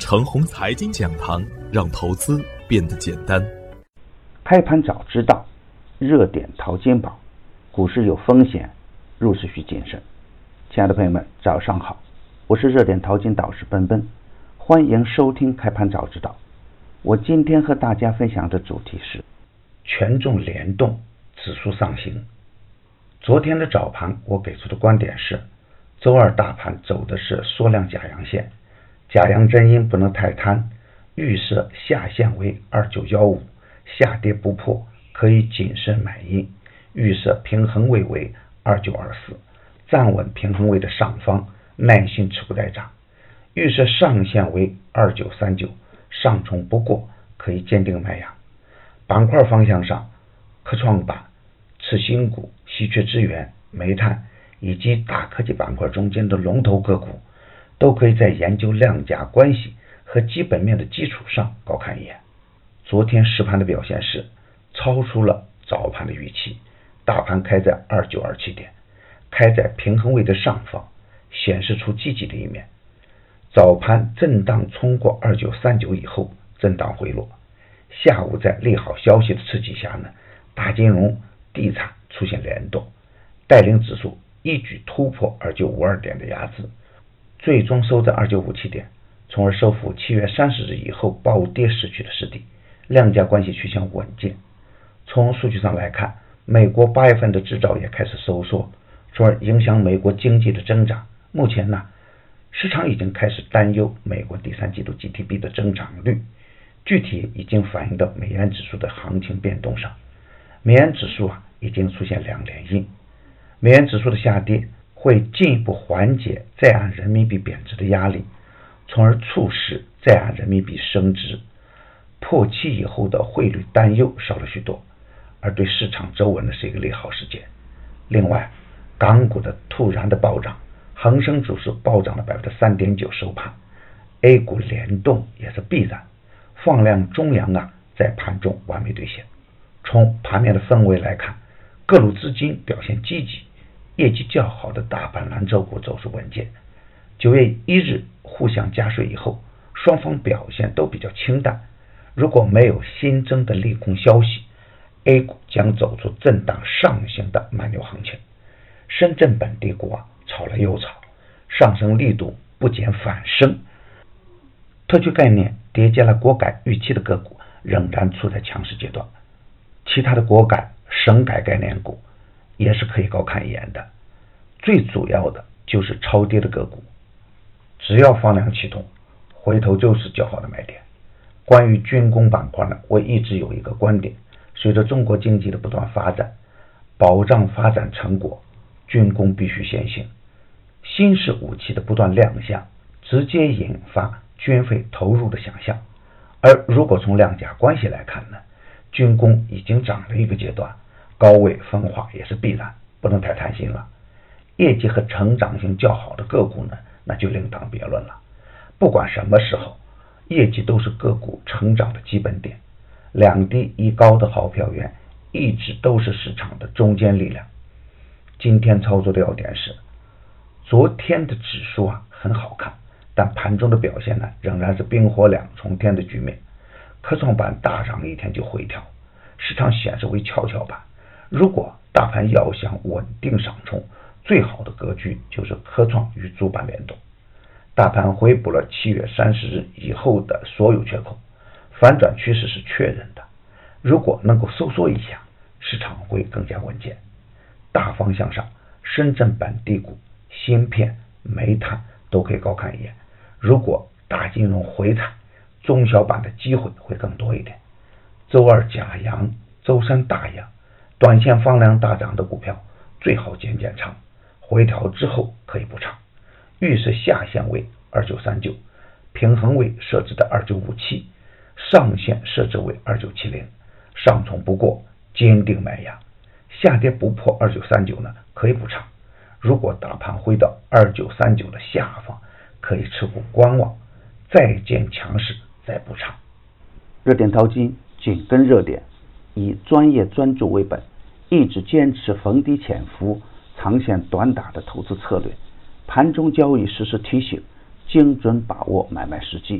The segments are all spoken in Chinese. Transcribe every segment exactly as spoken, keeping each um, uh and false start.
程红财经讲堂，让投资变得简单。 开盘早知道，热点淘金宝，股市有风险，入市需谨慎。亲爱的朋友们，早上好，我是热点淘金导师奔奔，欢迎收听开盘早知道。我今天和大家分享的主题是权重联动，指数上行。昨天的早盘我给出的观点是，周二大盘走的是缩量假阳线，假阳真阴不能太贪，预设下限为二九一五，下跌不破可以谨慎买阴，预设平衡位为二九二四，站稳平衡位的上方，耐心持股待涨，预设上限为二九三九，上冲不过可以坚定卖压。板块方向上，科创板、次新股、稀缺资源、煤炭以及大科技板块中间的龙头个股，都可以在研究量价关系和基本面的基础上高看一眼。昨天实盘的表现是超出了早盘的预期，大盘开在二九二七点，开在平衡位的上方，显示出积极的一面。早盘震荡冲过二九三九以后震荡回落，下午在利好消息的刺激下呢，大金融、地产出现联动，带领指数一举突破二九五二点的压制，最终收在二九五七点，从而收复七月三十日以后暴跌失去的失地，量价关系趋向稳健。从数据上来看，美国八月份的制造业开始收缩，从而影响美国经济的增长。目前呢，市场已经开始担忧美国第三季度 G D P 的增长率，具体已经反映到美元指数的行情变动上。美元指数啊已经出现两连阴，美元指数的下跌会进一步缓解在岸人民币贬值的压力，从而促使在岸人民币升值，破七以后的汇率担忧少了许多，而对市场周稳的是一个利好事件。另外，港股的突然的暴涨，恒生指数暴涨了 百分之三点九 收盘， A 股联动也是必然，放量中阳啊在盘中完美兑现。从盘面的氛围来看，各路资金表现积极，业绩较好的大盘蓝筹股走势稳健。九月一日互相加税以后，双方表现都比较清淡，如果没有新增的利空消息， A 股将走出震荡上行的慢牛行情。深圳本地股啊炒了又炒，上升力度不减反升，特区概念叠加了国改预期的个股仍然处在强势阶段，其他的国改、省改概念股也是可以高看一眼的。最主要的就是超跌的个股，只要放量启动，回头就是较好的买点。关于军工板块呢，我一直有一个观点，随着中国经济的不断发展，保障发展成果，军工必须先行。新式武器的不断亮相，直接引发军费投入的想象。而如果从量价关系来看呢，军工已经涨了一个阶段，高位分化也是必然，不能太贪心了。业绩和成长性较好的个股呢，那就另当别论了。不管什么时候，业绩都是个股成长的基本点，两低一高的好票源一直都是市场的中坚力量。今天操作的要点是，昨天的指数啊很好看，但盘中的表现呢仍然是冰火两重天的局面。科创板大涨一天就回调，市场显示为跷跷板。如果大盘要想稳定上冲，最好的格局就是科创与主板联动。大盘回补了七月三十日以后的所有缺口，反转趋势是确认的。如果能够收缩一下，市场会更加稳健。大方向上，深圳本地股、芯片、煤炭都可以高看一眼。如果大金融回踩，中小板的机会会更多一点。周二假阳，周三大阳，短线放量大涨的股票最好减减仓，回调之后可以补仓。预设下限为二九三九，平衡位设置的二九五七，上限设置为二九七零，上冲不过坚定买压，下跌不破二九三九呢可以补仓。如果大盘回到二九三九的下方，可以持股观望，再见强势再补仓。热点淘金紧跟热点，以专业专注为本，一直坚持逢低潜伏、长线短打的投资策略。盘中交易实时提醒，精准把握买卖时机，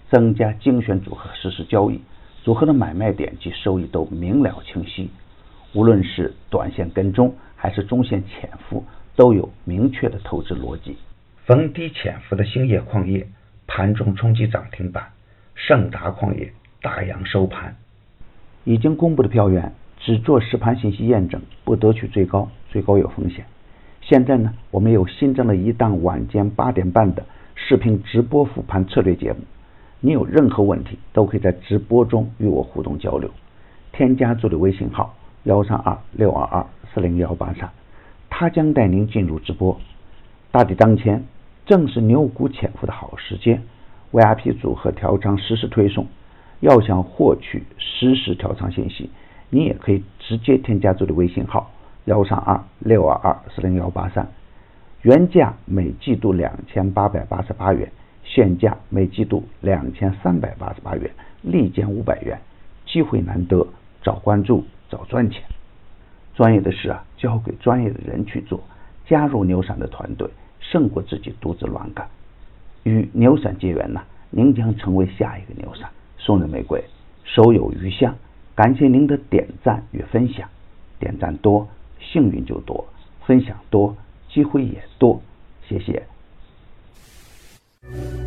增加精选组合实时交易，组合的买卖点及收益都明了清晰。无论是短线跟踪还是中线潜伏，都有明确的投资逻辑。逢低潜伏的兴业矿业盘中冲击涨停板，盛达矿业大阳收盘。已经公布的票源只做实盘信息验证，不得取最高，最高有风险。现在呢，我们有新增了一档晚间八点半的视频直播复盘策略节目，你有任何问题都可以在直播中与我互动交流。添加助理微信号幺三二六二二四零幺八三，他将带您进入直播。大敌当前，正是牛股潜伏的好时间。V I P 组合调仓实时推送，要想获取实时调仓信息，你也可以直接添加助理微信号幺三二六二二四零幺八三。原价每季度两千八百八十八元，现价每季度两千三百八十八元，立减五百元。机会难得，早关注早赚钱。专业的事啊，交给专业的人去做。加入牛散的团队，胜过自己独自乱干。与牛散结缘呢，您将成为下一个牛散。送人玫瑰，手有余香。感谢您的点赞与分享，点赞多，幸运就多；分享多，机会也多。谢谢。